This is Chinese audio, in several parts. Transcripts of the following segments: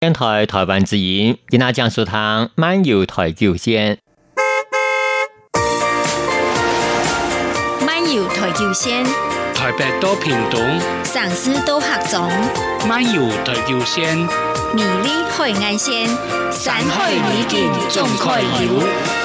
电台台湾之音，今仔讲述堂漫游台九线， 漫游台九线， 台北到屏東， 上司到客中， 漫遊台九線， 美麗海岸線，山海美景總開遊。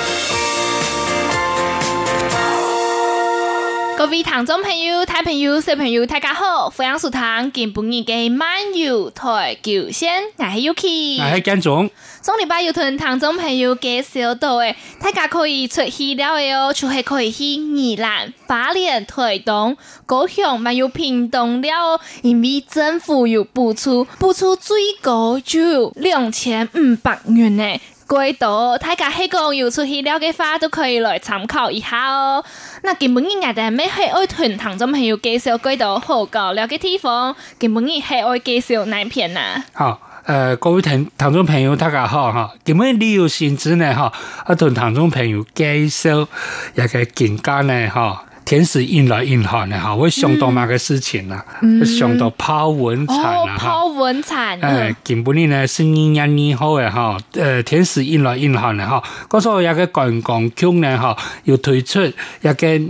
各位聽眾朋友、大朋友、小朋友，大家好！歡迎收聽今晡日嘅漫遊台九線，我係 Yuki， 我係建總。 上禮拜有同聽眾朋友介紹到嘅，大家可以出去了嘅哦，就係可以去宜蘭、花蓮、台東、高雄，還有屏東了哦。因為政府有補助最高就2500元呢。貴到大家喺講要出去了嘅話，都可以來參考一下哦。那今晡日我哋咩係愛同聽眾朋友介紹貴到好高了嘅地方？今晡日係愛介紹哪片啊？ 好，各位聽眾朋友大家好哈。今晡日旅遊性質呢哈，我同聽眾朋友介紹一個景點呢哈。天時運來運寒呢，哈，會想到那個事情啦，想到泡溫泉啦， 泡溫泉。 今晡日呢，是2月2號嘅哈，天時運來運寒呢，哈，嗰時候有個觀光局呢，哈，要推出一個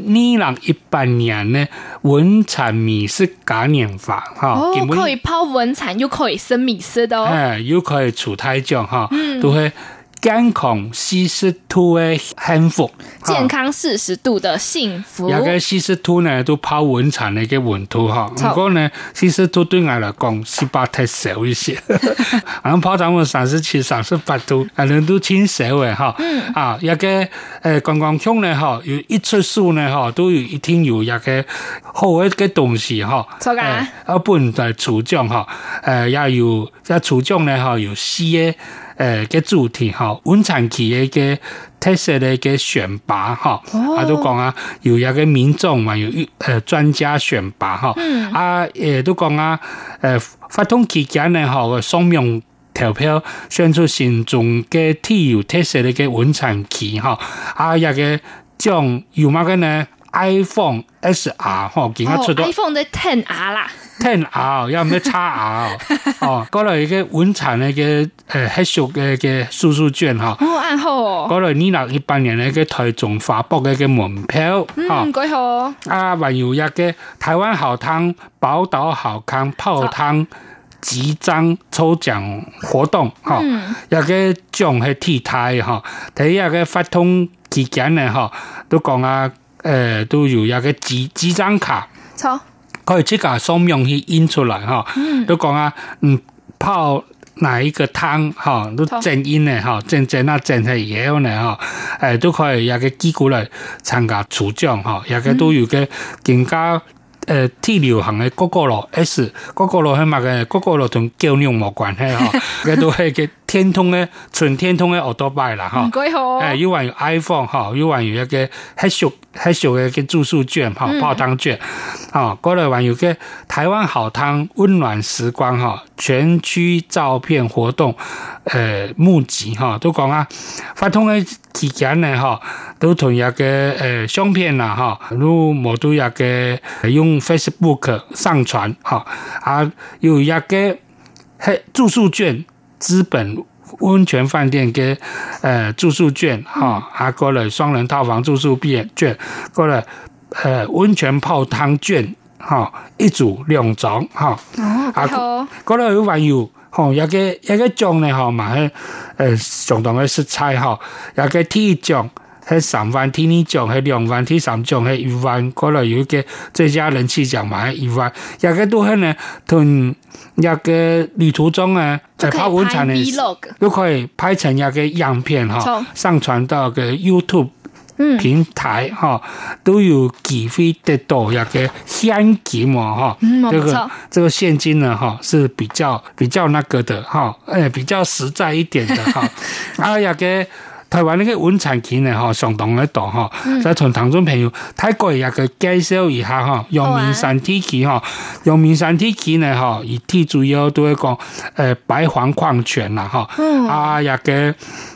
2018年呢溫泉美食嘉年華，哈， 可以泡溫泉，又可以食美食的， 又可以出大獎，哈，都係。健康40度的幸福， 健康40度的幸福。 有個40度呢，都泡溫泉的個溫度哈。不過呢，40度對我來講18太少一些。我們泡湯溫37、38度，人都挺少嘅哈。一個觀光區呢，哈，有一出書呢，哈，都有一定有一個好嘅個東西哈。 錯噶。 本來抽獎哈，也有抽獎呢，哈，有4個主題哈，溫泉區嘅個特色嘅個選拔哈，都講啊，有一個民眾還有專家選拔哈，都講啊，發動期間呢哈，雙面投票選出心中嘅體有特色嘅個溫泉區哈，一個獎有乜嘅呢 ？iPhone SR 哈，今日出到 iPhone 的 10R 啦。 10R 有咩叉 R 嗰類嘅溫泉嘅黑熟嘅叔叔券哈， 啱好。 嗰類2018年嘅台中發布嘅門票， 幾好。 還有一個台灣好湯、寶島好康泡湯即將抽獎活動，一個獎係替代哈，第一個發通期間呢哈，都講啊。都有一個幾張卡，可以即刻雙面去印出來哈，都講啊，泡哪一個湯哈，都正印呢哈，正係以後呢哈，都可以一個機構來參加抽獎哈，一個都有個更加最流行嘅Gogoro S， Gogoro係乜嘅？Gogoro同叫娘冇關係哈，佢都係個天通嘅純天通嘅奧多拜啦哈，有還有 iPhone 哈，有還有一個黑熟嘅個住宿券哈，泡湯券，嗰類還有個台灣好湯溫暖時光哈，全區照片活動募集哈，都講啊，發通嘅期間呢哈，都同一個相片啦哈，都冇都一個用 Facebook 上傳哈，有一個住宿券。資本溫泉飯店嘅住宿券哈，過來雙人套房住宿券，過來溫泉泡湯券哈，一組2張哈，過來有還有一個獎呢哈，嘛係相當嘅食材哈，一個第一獎係3萬，第2獎係2萬，第3獎係1萬，過來有一個最佳人氣獎嘛係1萬，一個都係呢同一個旅途中啊，在泡溫泉呢，都可以拍成一個樣片哈，上傳到個 YouTube 平台哈，都有機會得到一個現金嘛哈，這個現金呢哈是比較那個的哈，比較實在一點的哈，一個。台灣呢個溫泉區呢，哈，相當喺度哈，再同聽眾朋友睇過一個介紹一下哈，陽明山地區哈，陽明山地區呢，哈，以最主要都係講白黃礦泉啦哈，一個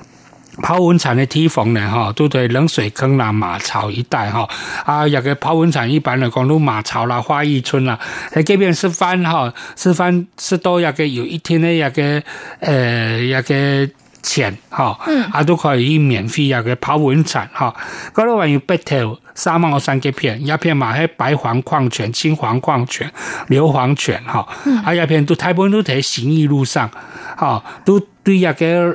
泡温泉的地方呢，都在冷水坑啦、马槽一带那个泡温泉一般来讲都马槽啦、花艺村啦，在这边吃饭吃到那个有一天的那个钱都可以免费那个泡温泉嗰度還有北投3萬3幾片，一片嘛係白黃礦泉、青黃礦泉、硫磺泉一片都大部分都喺信義路上都對那個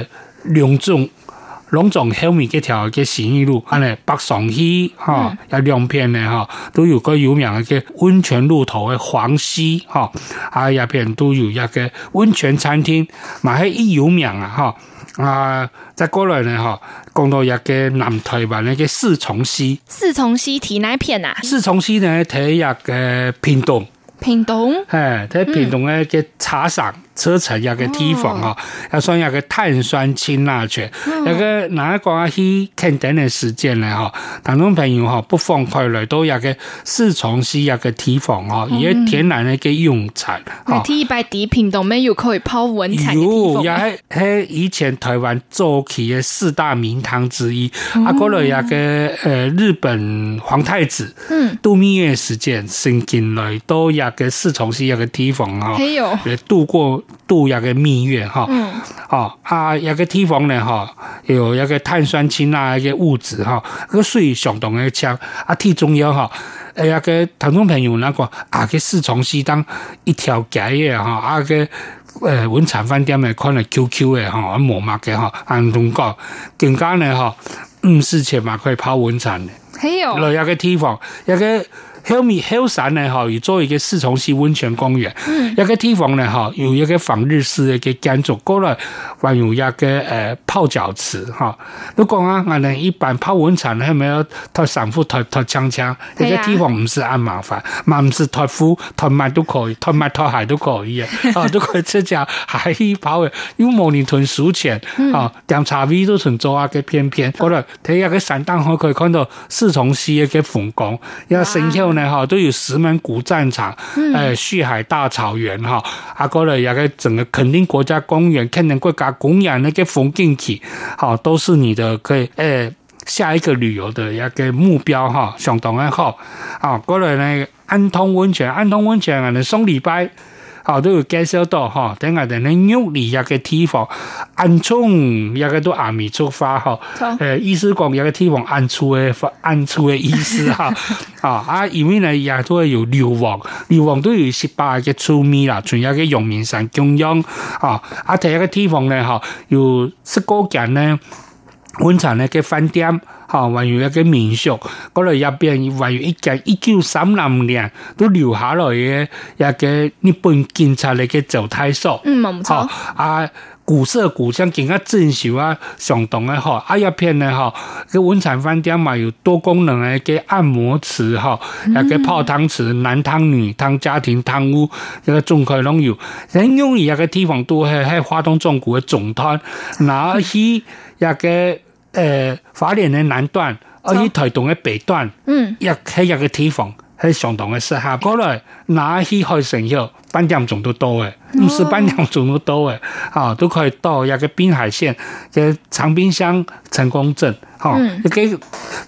龍總後面嗰條嘅信義路，北上溪有兩片呢都有個有名嘅溫泉路頭嘅黃溪一片都有一個溫泉餐廳，嘛係一有名再過來呢講到一個南台灣嘅四重溪。 四重溪提哪片啊？ 四重溪呢睇一個屏東。睇屏東咧嘅茶廠車城一個地方又算一個碳酸氫鈉泉，一個哪一個去肯定的時間呢聽眾朋友不妨可以來到一個四重溪一個地方也天然的一個用產第一擺地屏東沒有可以泡溫泉的地方， 也係以前台灣早期的4大名湯之一過來一個日本皇太子度蜜月時間先進來到一個四重溪一個地方度一個蜜月一個地方呢有一個碳酸氫一個物質個水相當的強最重要一個聽眾朋友那個個四重溪當一條街嘅個溫泉飯店的可能 QQ 的無碼嘅按中國更加呢50錢嘛可以泡溫泉的來一個地方一個後山呢有做一個四重溪溫泉公園一個地方呢有一個仿日式的一個建築過來還有一個泡腳池如果我們一般泡溫泉係咪要脫衫褲脫槍槍一個地方唔是按麻煩嘛唔是脫褲脫襪都可以脫襪脫鞋都可以都可以這隻海泡的因為無人屯數錢點茶味都存做個片片過來睇一個山檔可以看到四重溪一個風光一個身後呢都有石門古戰場旭海大草原過來一個整個墾丁國家公園墾丁國家公園那個風景區都是你的可以下一個旅遊的一個目標相當的好過來呢安通溫泉呢上禮拜都有介紹到等下哋呢玉里一個地方安涌一個都還未出發意思講一個地方安出的意思因為呢也都有硫磺都有18個出名啦，仲有一個陽明山中央第一個地方呢有19間呢溫泉呢嘅飯店還有一個民宿，嗰度入邊還有一間1930年都留下來嘅一個日本警察嚟嘅招待所。 冇錯。 古色古香，更加珍惜相當嘅好。一片呢個溫泉飯店嘛有多功能嘅個按摩池一個泡湯池、男湯、女湯、家庭湯屋，一個總可以攏有。人用一個地方都係花東縱谷嘅總團，拿去一個花蓮的南段，去台東的北段，喺一個地方係相當嘅適合。過來拿去海城後半點鐘都到嘅，唔是半點鐘都到嘅，都可以到一個濱海線嘅長濱鄉成功鎮，一個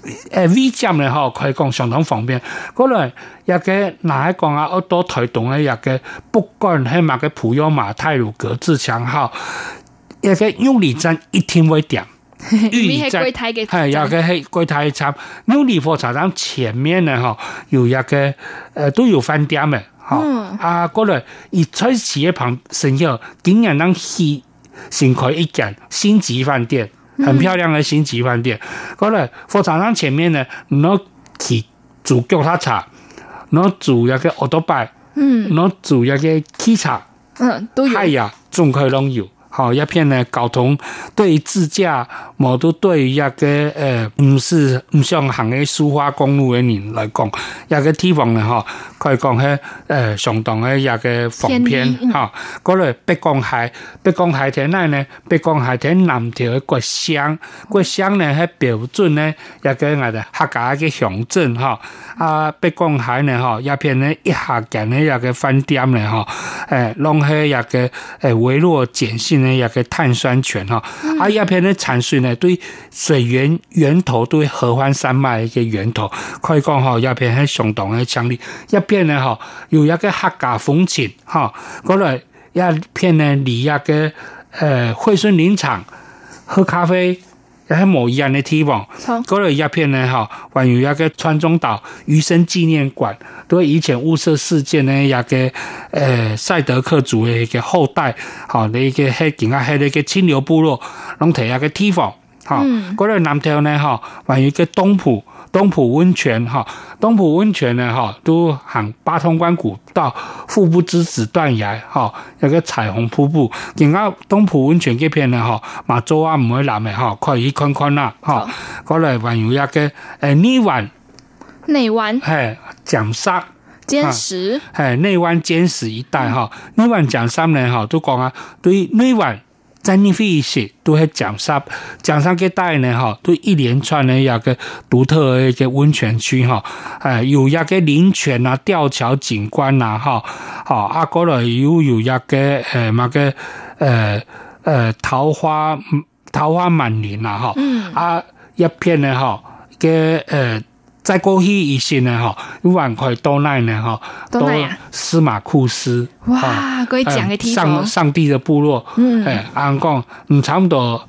V 站咧可以講相當方便。過來一個哪一講我到台東嘅一個不管係乜嘅普悠瑪、太魯閣、自強號，一個玉里站一定會點。玉里站係有個係櫃台站，玉里火車站前面呢有一個都有飯店嘅，過來一出企業旁身後，竟然能去新開一間星級飯店，很漂亮嘅星級飯店。過來火車站前面呢，攞去煮腳踏車，攞煮一個奧多拜，攞煮一個汽車，都有。係啊，仲可以攏有。一片呢交通對於自駕冇都對於一個唔上行嘅蘇花公路嘅人來講，一個地方呢可以講係相當嘅一個方便過來北港海灘呢，北港海灘南條嘅國鄉呢係標準呢一個我哋客家嘅鄉鎮北港海呢一片呢一下間呢一個飯店呢攏係一個微弱鹼性性的一個碳酸泉哈，一片的產水呢對水源頭對合歡山脈嘅源頭，可以講一片係相當嘅強力，一片呢有一個客家風情嗰來一片呢離一個惠順林場喝咖啡。喺冇一樣嘅地方，嗰度一片呢還有一個川中島餘生紀念館，對以前霧社事件呢一個賽德克族嘅一個後代，你一個係更加係一個清流部落，攏提一個地方，嗰度南頭呢還有一個東埔溫泉，東埔溫泉呢都行八通關古道腹部之子斷崖，有個彩虹瀑布，而家東埔溫泉嗰邊呢馬祖啊唔會南嘅可以看看啦，嗰嚟還有一個內灣係尖沙尖石係內灣尖石一帶內灣尖沙呢都講啊對內灣在呢邊一些都係尖沙嘅帶呢都一連串的一個獨特的一個溫泉區有一個林泉啊吊橋景觀啊嗰來有一個桃花滿林啊一片呢嘅再過去一些呢有還可以到那呢到司馬庫斯哇可以講嘅地方上帝的部落按講差不多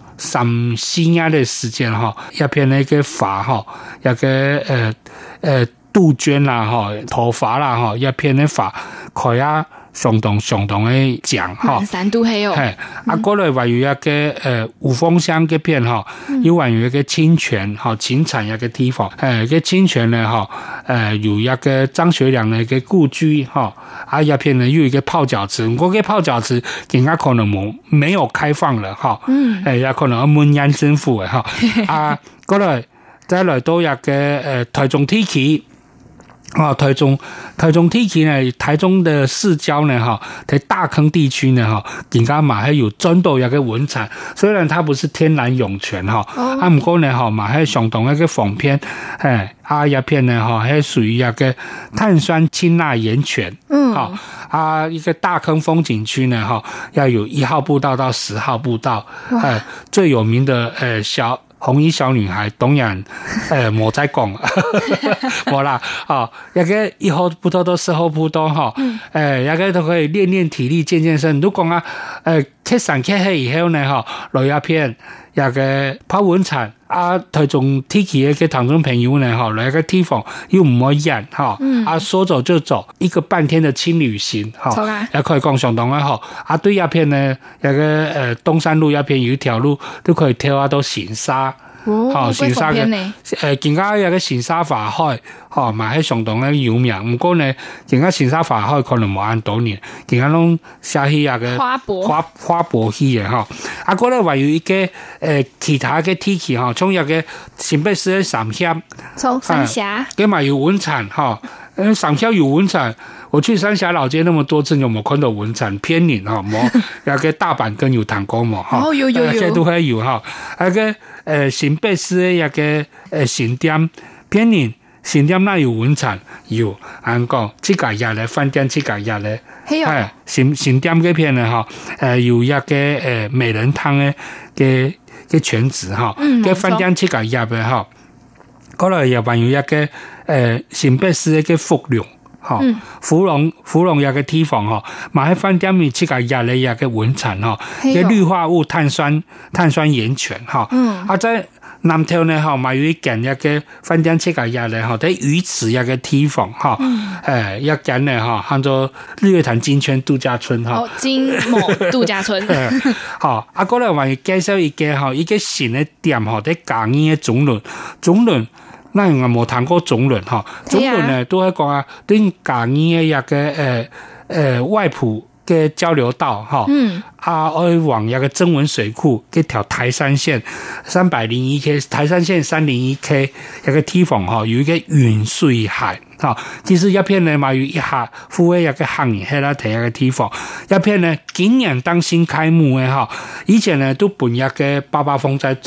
3-4年的時間一片那個髮一個杜鵑啦頭髮啦一片的髮可以相當的講山都係嗰來還有一個五峰鄉嗰邊有還有一個清泉清產一個地方個清泉呢有一個張學良的一個故居一片呢有一個泡腳池，嗰個泡腳池更加可能沒有開放了也可能要問驗政府嗰來再來到一個台中地區台中地區呢，台中的市郊呢，在大坑地區呢，更加嘛還有專到一個文產，雖然它不是天然湧泉不過呢，嘛還相當一個風片，一片呢，係屬於一個碳酸氫鈉鹽泉，一個大坑風景區呢，要有1號步道到10號步道，最有名的紅衣小女孩，當然冇再講，冇啦，一個1號步道到10號步道，一個都可以練體力、健身。如果講揭山揭黑以後呢，來一片一個泡溫泉，台中地區嘅聽眾朋友呢，來一個地方又唔可以遠，說走就走，一個半天的輕旅行，也可以講相當嘅好。對一片呢，一個東山路一片有一條路都可以跳到行沙。行沙嘅更加有個行沙法海，嘛喺相當嘅有名。唔過呢，更加行沙法海可能冇按多年，更加攏寫起一個花博去嘅嗰咧還有一個其他嘅地區從一個新北市嘅三峽， 三峽， 跟埋有溫產三峽有溫產。我去三峽老街那麼多次，有冇看到文產偏嶺冇？有個大板根有彈過冇？ 有， 這都係有那個新北市的一個新店偏嶺新店那有文產有，按講這個日咧飯店這個日咧，新店嗰邊呢有一個美人湯嘅全職嘅飯店這個日嘅嗰來又還有一個新北市一個福隆。芙蓉有個地方嘛喺飯店裏這個日咧有個文產嘅氯化物碳酸鹽泉在南頭呢嘛有一間一個飯店這個日咧喺魚池一個地方一間呢叫做日月潭金泉度假村金某度假村嗰來還有介紹一個新嘅店喺嘉義嘅總輪那我冇談過總輪總輪呢都係講對嘉義嘅一個外埔嘅交流道我往一個曾文水庫嘅條台山線301K 台山線301K 一個地方有一個雲水海其實一片呢嘛有一下附近一個行業喺那睇一個地方一片呢今年當新開幕嘅以前呢都本一個88風在種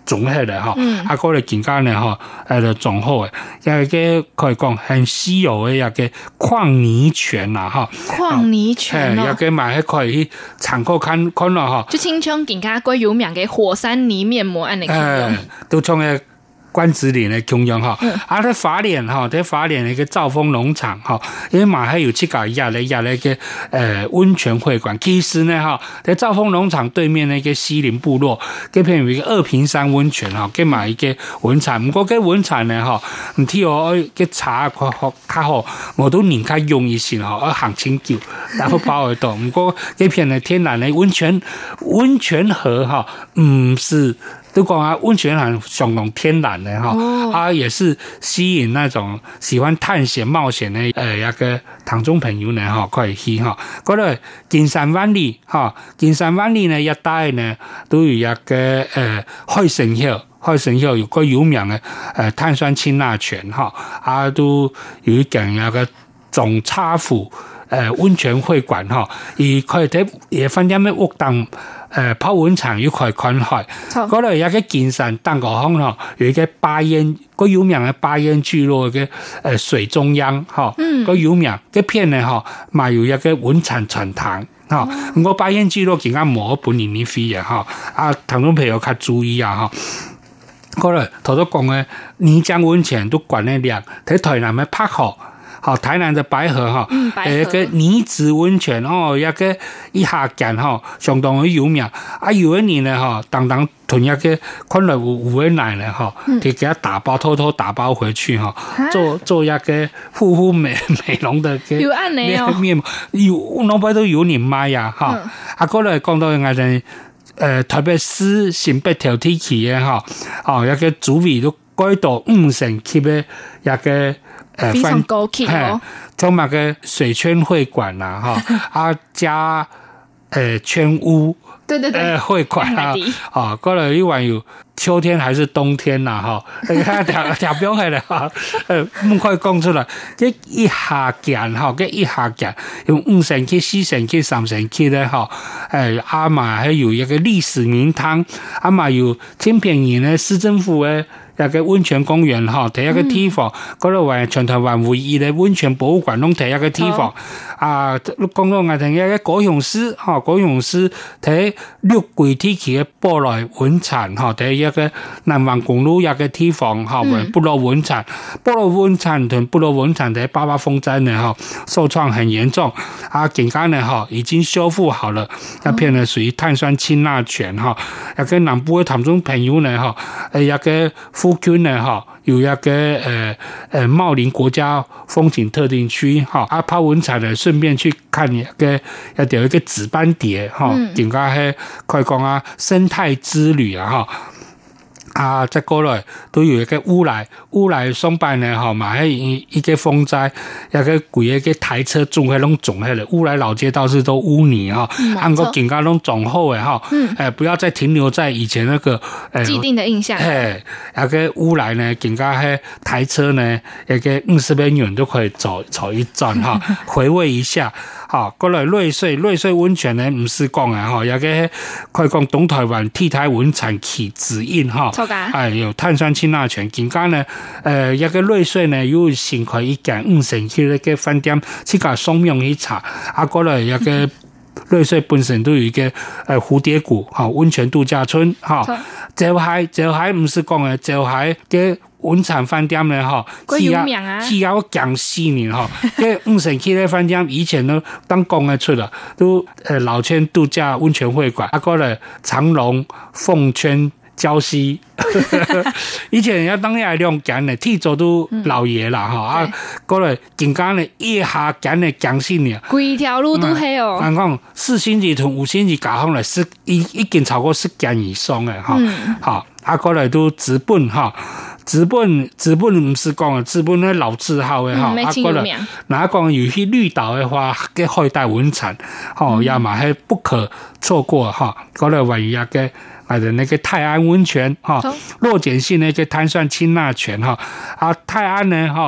種起來哈，嗰個更加呢哈，就仲好嘅，一個可以講很稀有嘅一個礦泥泉啦哈， 礦泥泉一個買喺可以去參考看咯哈， 就親像更加貴有名嘅火山泥面膜安尼樣， 都從嘅。關子嶺嘅中央哈，喺花蓮哈，喺花蓮嘅兆豐農場哈，因為馬還有去搞壓咧嘅溫泉會館。其實呢哈，喺兆豐農場對面那個西林部落，嗰邊有一個二平山溫泉哈，佢買一個溫泉。不過嗰溫泉呢哈，唔知我嘅茶較好，我都寧可用一些哈，而行清久，然後包得到。不過嗰片呢天然嘅溫泉河哈，唔是。都講啊，溫泉很相當天然的哈，也是吸引那種喜歡探險冒險的一個聽眾朋友呢哈，可以去哈。嗰度金山灣里哈，金山灣里呢一帶呢都有一個海神橋有個有名嘅碳酸氫鈉泉哈，都有一間一個總差府溫泉會館哈，而佢哋也飯店嘅屋當。泡溫泉要可以看海，嗰度有一個金山丹角巷咯，有一個巴煙，個有名嘅巴煙聚落嘅水中央哈，個有名嗰片呢哈，咪有一個溫泉泉塘哈，我巴煙聚落更加冇本年年飛嘅哈，聽眾朋友較注意啊哈，嗰度頭先講嘅泥漿溫泉都管得了，喺台南嘅白河。好，台南的白河哈，一個泥質溫泉哦，一個一下間哈，相當有名。有一年呢哈，當囤一個可能有的奶呢哈，就給他打包，偷偷打包回去哈，做一個護膚美容的個面膜，有攞擺都有人買呀哈。嗰度講到我哋台北市新北條地區嘅哈，一個主位都改到5星級嘅一個。 非常高級哦， 同埋個水圈會館啦，哈，加圈屋， 對， 會館啦，嗰度因為有秋天還是冬天啦，哈，你睇條標係啦，唔可以講出來，這一下間哈，這一下間用5星級、4星級、3星級咧，哈，嘛還有一個歷史名湯，嘛有天平園咧，市政府嘅。一個溫泉公園哈，第一個地方，嗰度話全台灣唯一嘅溫泉博物館，攏第一個地方。講到我哋一個高雄市，高雄市睇六桂地區嘅布萊溫泉，第一個南灣公路一個地方，布萊溫泉，布萊溫泉同布萊溫泉喺八八風災呢，受創很嚴重。近間呢，已經修復好了，一片呢屬於碳酸氫鈉泉，一個南部嘅聽眾朋友呢，一個福建呢，有一個茂林國家風景特定區，泡溫泉呢，順便去看一個紫斑蝶，點解係可以講生態之旅啊，再過來都有一個烏來松柏呢，嘛係一個風災，一個貴一個台車種喺攏種喺嚟，烏來老街道是都污泥哈，按個更加攏種好嘅哈，不要再停留在以前那個既定的印象， 一個烏來呢，更加係台車呢，一個50分鐘都可以走一轉哈，回味一下。過來瑞穗溫泉呢，唔是講啊，有個可以講東台灣替代溫泉起指引哈，有碳酸氫鈉泉，更加呢，一個瑞穗呢有新開一間5星級嘅飯店，去甲松明去查，過來一個瑞穗本身都有一個蝴蝶谷溫泉度假村就係唔是講嘅，就係嘅。溫泉飯店呢， 有名啊， 需要講4年哈。嘅5星級嘅飯店以前都當講得出啦，都老泉度假溫泉會館，過來長隆、鳳泉、礁溪，以前要當下兩間嘅，鐵座都老爺啦，過來更加呢一下間呢講4年， 規條路都係哦。 我講4星級同5星級加上嚟已經超過10間以上嘅，過來都直奔直奔唔是講啊，直奔咧老字號嘅過來，嗱講有去綠島嘅話，嘅海帶溫泉，也嘛係不可錯過過來唯一嘅那個泰安溫泉，落鹼性呢個碳酸氫鈉泉，泰安呢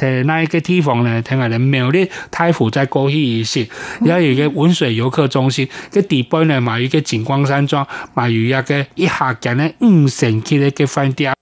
那一個地方呢，聽我哋苗栗太湖再過去一些，而家有一個溫水遊客中心，個地邊呢嘛有一個景光山莊，嘛有一個一下間呢5星級的個飯店。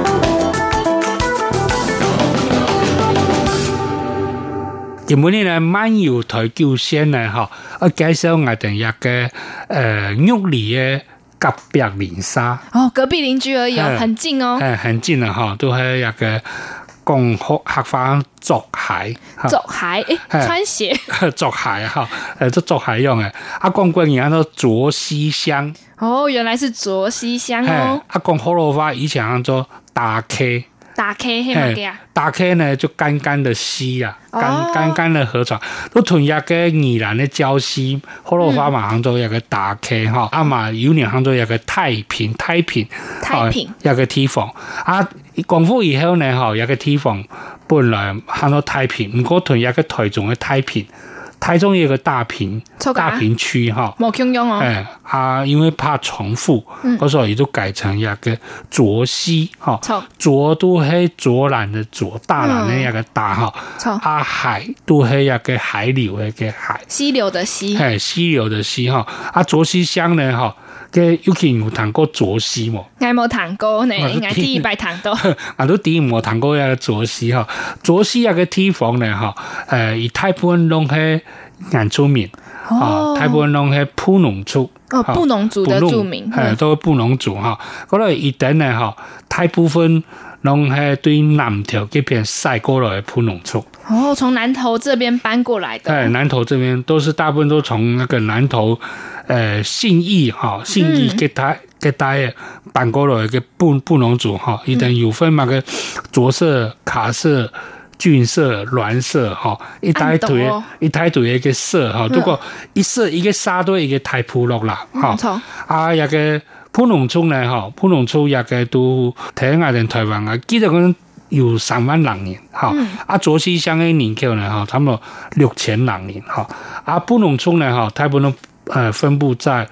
今日呢漫遊台九線呢，我介紹我哋一個玉里嘅隔壁鄰沙。 哦，隔壁鄰居而已，很近哦。 很近啊，都係一個講客話作鞋。 作鞋，穿鞋。 作鞋哈，做作鞋用嘅。講過人叫卓溪鄉。 哦，原來是卓溪鄉哦。 講河洛話以前叫做大溪。 打 K 係乜嘅啊？ 打 K 呢就乾乾的溪啊，乾乾的河床，都同一個宜蘭的礁溪，河洛話嘛，行做一個打 K 哈，啊嘛有年行做一個太平，一個地方啊，光復以後呢，一個地方本來行到太平，唔過同一個台中的太平。台中有個大坪區哈， 冇共用哦。 因為怕重複，所以都改成一個卓溪哈。卓都係卓蘭的卓，大蘭的一個大哈。海都係一個海流的個海。 溪流的溪。 溪流的溪哈。卓溪鄉呢哈，嘅有見有談過卓溪冇？ 我冇談過呢，我第一擺談到。 我都第一冇談過一個卓溪哈。卓溪一個地方呢哈，以大部分攏係原住民，大部分攏係布農族， 布農族的住民， 都係布農族哈。嗰度一等呢哈，大部分攏係對南投這邊曬過來的布農族。 哦，從南投這邊搬過來的。 南投這邊都是大部分都從那個南投，信義給帶搬過來嘅布農族哈，一等有分那個着色、卡色。郡色、巒色，一大堆一個色，不過一色一個沙堆一個太普落啦，一個布農族呢，布農族一個都睇下人台灣啊，記得講有3萬人年，卓溪鄉嘅人口呢，差唔多6000人年，布農族呢，大部分分布在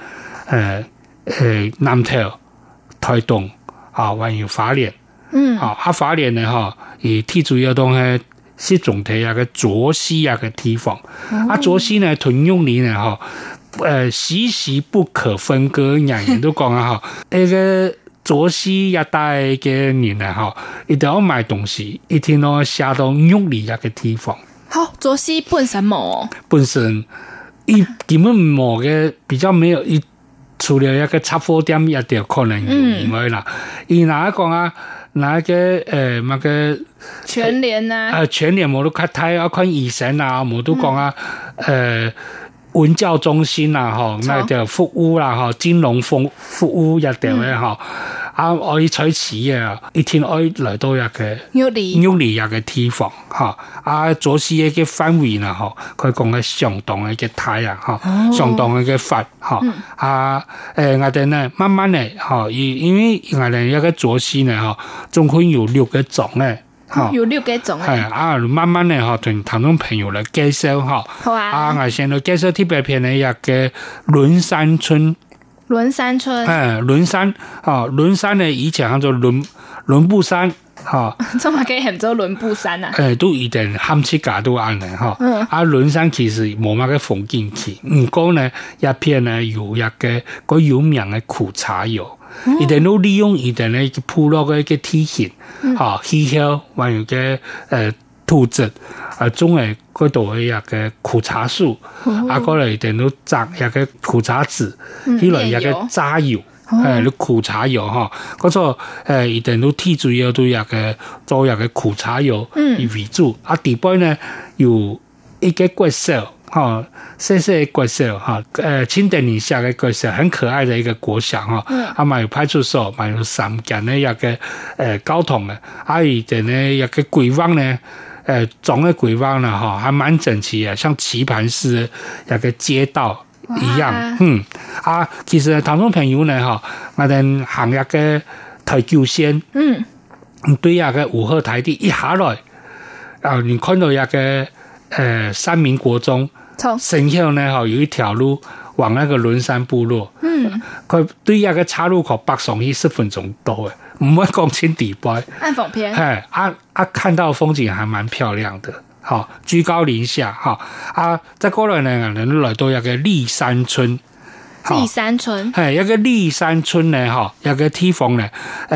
南投、台東，還有花蓮。花蓮呢，以最主要都係是總體一個卓溪一個地方。卓溪呢，同玉里呢，息息不可分割。人人都講啊，那個卓溪一帶嘅人呢，一定要買東西，一定要下到玉里一個地方。 好，卓溪本身冇， 本身伊根本冇嘅，比較沒有一除了一個雜貨店一條可能有以外啦。伊哪一講啊？那個那個全聯啊， 全聯我都看睇啊，看醫生啊，我都講啊，文教中心啊，那個服務啦，金融服務一條嘅我去採取啊，一天我來到一個玉里一個地方卓溪一個範圍呢，佢講嘅相當嘅大啊，相當嘅法我哋呢慢慢呢，因為我哋一個卓溪呢，總共有6個種咧。 有6個種慢慢呢，同聽眾朋友來介紹好啊。 我先來介紹特別篇嘅一個崙山村。 崙山村， 崙山呢以前叫做崙布山， 咁咪可以喊做崙布山啊？ 都一定喊起架都啱嘅，崙山其實冇乜嘅風景區，唔過呢一片呢有一個有名嘅苦茶油，一定都利用一定呢部落嘅一個體型，氣候還有嘅土質，種嘅嗰度嘅一個苦茶樹，過來一定都摘一個苦茶籽，起來一個榨油，苦茶油嗰個一定都最主要都一個做一個苦茶油為主，地邊呢有一個國小，細細嘅國小，清德寧夏嘅國小，很可愛的一個國小，嘛有派出所，嘛有3間呢一個交通嘅，而且呢一個規劃呢。種嘅規劃呢，還蠻整齊嘅，像棋盤式的一個街道一樣。其實聽眾朋友呢，我哋行一個台九線，對一個五號台地一下來，你看到一個三民國中，身後呢有一條路往那個崙山部落，佢對一個岔路口北上去10分鐘到嘅。 唔会讲青底碑， 暗讽片， 看到风景还蛮漂亮的。好，居高临下，哈再過來呢，人來到一個立山村， 立山村， 係一個立山村呢，哈，一個地方呢，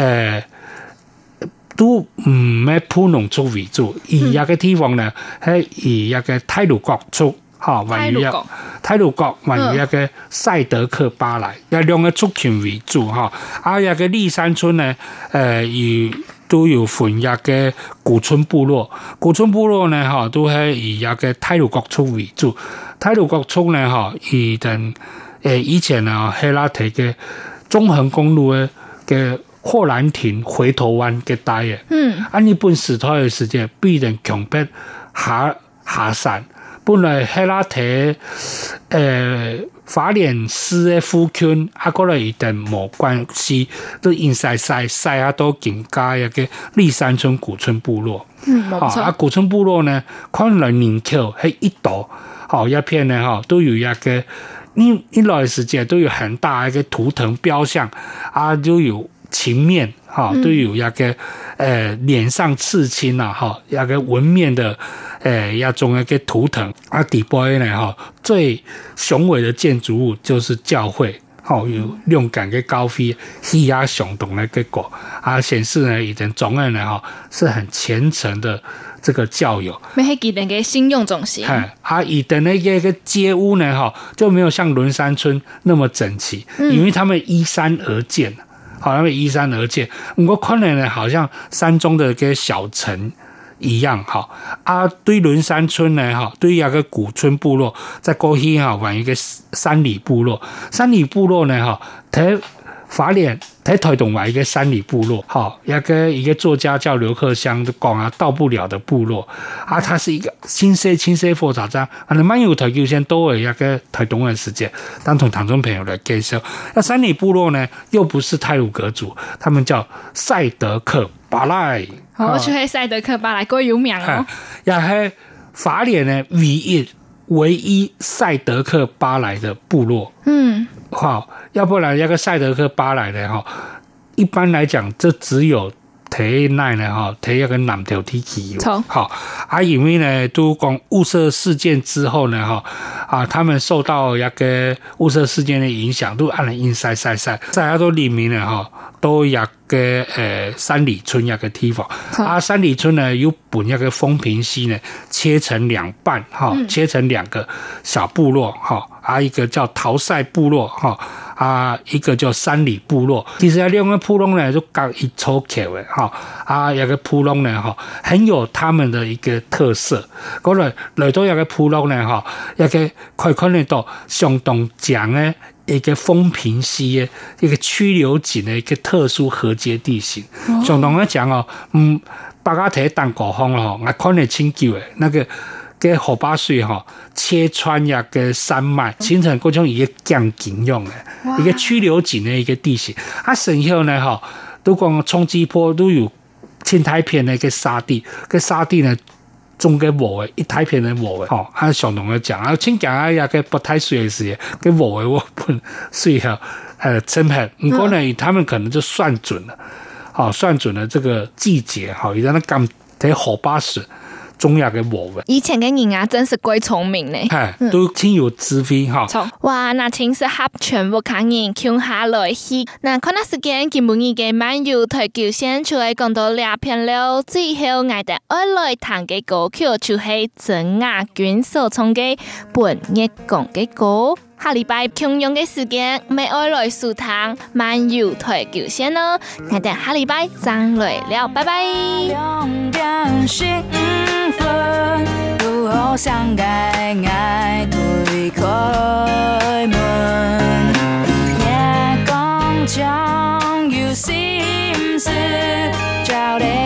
都唔係普農族為主，而一個地方呢，係以一個太魯閣族，哈，還有太魯閣，還有一個賽德克巴萊，有兩個族群為主，哈，一個立山村呢，以都有分一個古村部落，古村部落呢，哈，都係以一個太魯閣族為主。太魯閣族呢，哈，以前呢，希拉提嘅中橫公路嘅霍蘭亭回頭灣嘅帶嘅，日本時代嘅時間必然強迫下山。本來希拉提法蓮斯嘅附近，過來一定冇關係，都因晒都更加一個立山村古村部落。冇錯。古村部落呢，看來人口係一度，一片呢，都有一個一來時間都有很大一個圖騰標像，都有情面，都有一個臉上刺青啊，一個紋面的。一種一個圖騰底部呢，最雄偉的建築物就是教會，有勇敢嘅高飛氣壓雄動的結果，顯示呢以前總人呢是很虔誠的這個教友。 沒係佢哋嘅信用中心。 以前那個街屋呢，就沒有像輪山村那麼整齊，因為他們依山而建，他們依山而建。我看來呢，好像山中的個小城。一樣對輪山村呢，對一個古村部落，在過去還有一個山里部落。山里部落呢，喺花蓮喺台東還有一個山里部落，一個作家叫劉克襄都講到不了的部落，它是一個青色複雜章，蠻有台球先都有一個台東的時間，當同唐中朋友來介紹。那山里部落呢，又不是太魯閣族，他們叫賽德克巴萊。 我就係賽德克巴萊，夠有名哦。 也係花蓮呢唯一賽德克巴萊的部落。要不然一個賽德克巴萊呢，一般來講，這只有睇內呢，睇一個南條地區。因為呢，都講霧社事件之後呢，他們受到一個霧社事件的影響，都按了陰曬，大家都黎明了都一個山里村一個地方。山里村呢，有本一個豐平溪呢，切成兩半，切成兩個小部落，一個叫桃賽部落，一個叫山里部落。其實兩個部落呢，都各一抽口的，一個部落呢，很有他們的一個特色。過來到一個部落呢，一個可以看得到相當強的一個豐平溪的一個曲流井的一個特殊河階地形。相當來講大家睇淡國風我看得清楚的那個河壩水切穿一個山脈，形成嗰種一個降景用的一個曲流井的一個地形。身後呢都講衝擊波都有青苔片的一個沙地，個沙地呢種個禾的一大片的禾的，相當的講請講一個不太水的時候，個禾的我本水成片，不過呢他們可能就算準了，算準了這個季節，而家那咁睇河壩水中亞嘅禾嘅， 以前嘅人真是鬼聰明呢， 都挺有智慧哇，那真是合全部客人共下來去。那看那時間基本嘅漫遊台球線就係講到兩片了，最後我哋愛來彈嘅歌曲就係曾雅君所唱嘅《半夜講嘅歌》。下禮拜同樣嘅時間，咪愛來數堂漫遊台球線咯。我哋下禮拜再來了，拜拜。如何相愛愛推開門，夜光中有心事，照亮